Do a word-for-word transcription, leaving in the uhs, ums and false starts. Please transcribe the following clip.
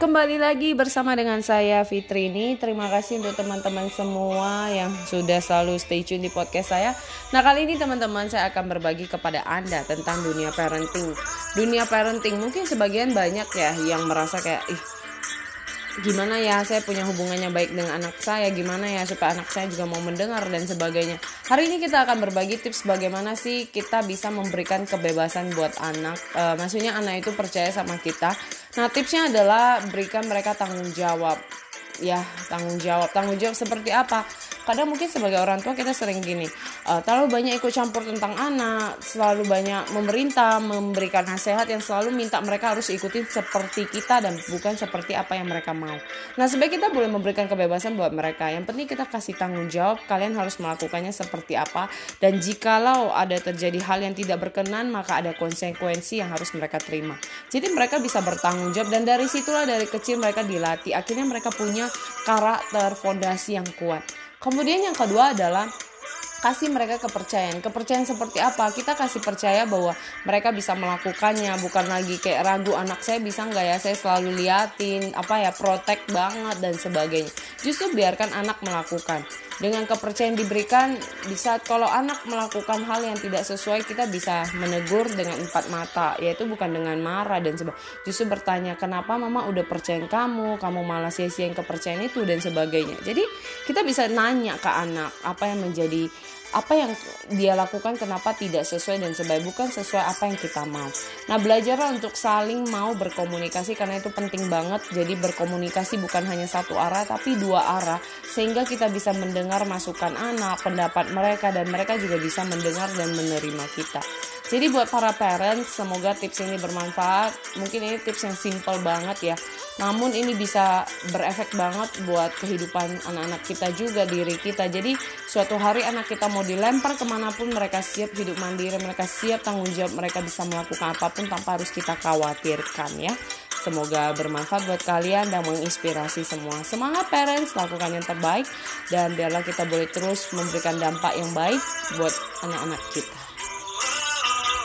kembali lagi bersama dengan saya Fitrini. Terima kasih untuk teman-teman semua yang sudah selalu stay tune di podcast saya. Nah, kali ini teman-teman saya akan berbagi kepada Anda tentang dunia parenting. Dunia parenting mungkin sebagian banyak ya yang merasa kayak ih gimana ya saya punya hubungannya baik dengan anak saya, gimana ya supaya anak saya juga mau mendengar dan sebagainya. Hari ini kita akan berbagi tips bagaimana sih kita bisa memberikan kebebasan buat anak, e, maksudnya anak itu percaya sama kita. Nah, tipsnya adalah berikan mereka tanggung jawab. Ya, tanggung jawab. Tanggung jawab seperti apa? Kadang mungkin sebagai orang tua kita sering gini, uh, terlalu banyak ikut campur tentang anak, selalu banyak memerintah, memberikan nasihat yang selalu minta mereka harus ikutin seperti kita dan bukan seperti apa yang mereka mau. Nah, sebaiknya kita boleh memberikan kebebasan buat mereka. Yang penting kita kasih tanggung jawab, kalian harus melakukannya seperti apa. Dan jikalau ada terjadi hal yang tidak berkenan, maka ada konsekuensi yang harus mereka terima. Jadi mereka bisa bertanggung jawab dan dari situlah dari kecil mereka dilatih. Akhirnya mereka punya karakter, fondasi yang kuat. Kemudian yang kedua adalah kasih mereka kepercayaan. Kepercayaan seperti apa? Kita kasih percaya bahwa mereka bisa melakukannya. Bukan lagi kayak ragu anak saya bisa nggak ya, saya selalu liatin, apa ya, protect banget dan sebagainya. Justru biarkan anak melakukan. Dengan kepercayaan diberikan, di saat kalau anak melakukan hal yang tidak sesuai, kita bisa menegur dengan empat mata, yaitu bukan dengan marah dan sebagainya. Justru bertanya, kenapa mama udah percayain kamu, kamu malah sia-siain kepercayaan itu dan sebagainya. Jadi kita bisa nanya ke anak apa yang menjadi apa yang dia lakukan kenapa tidak sesuai dan sebagainya, bukan sesuai apa yang kita mau. Nah, belajarlah untuk saling mau berkomunikasi karena itu penting banget. Jadi berkomunikasi bukan hanya satu arah tapi dua arah, sehingga kita bisa mendengar masukan anak, pendapat mereka, dan mereka juga bisa mendengar dan menerima kita. Jadi buat para parents, semoga tips ini bermanfaat. Mungkin ini tips yang simple banget ya, namun ini bisa berefek banget buat kehidupan anak-anak kita juga, diri kita. Jadi suatu hari anak kita mau dilempar kemanapun, mereka siap hidup mandiri, mereka siap tanggung jawab, mereka bisa melakukan apapun tanpa harus kita khawatirkan ya. Semoga bermanfaat buat kalian dan menginspirasi semua. Semangat parents, lakukan yang terbaik dan biarlah kita boleh terus memberikan dampak yang baik buat anak-anak kita.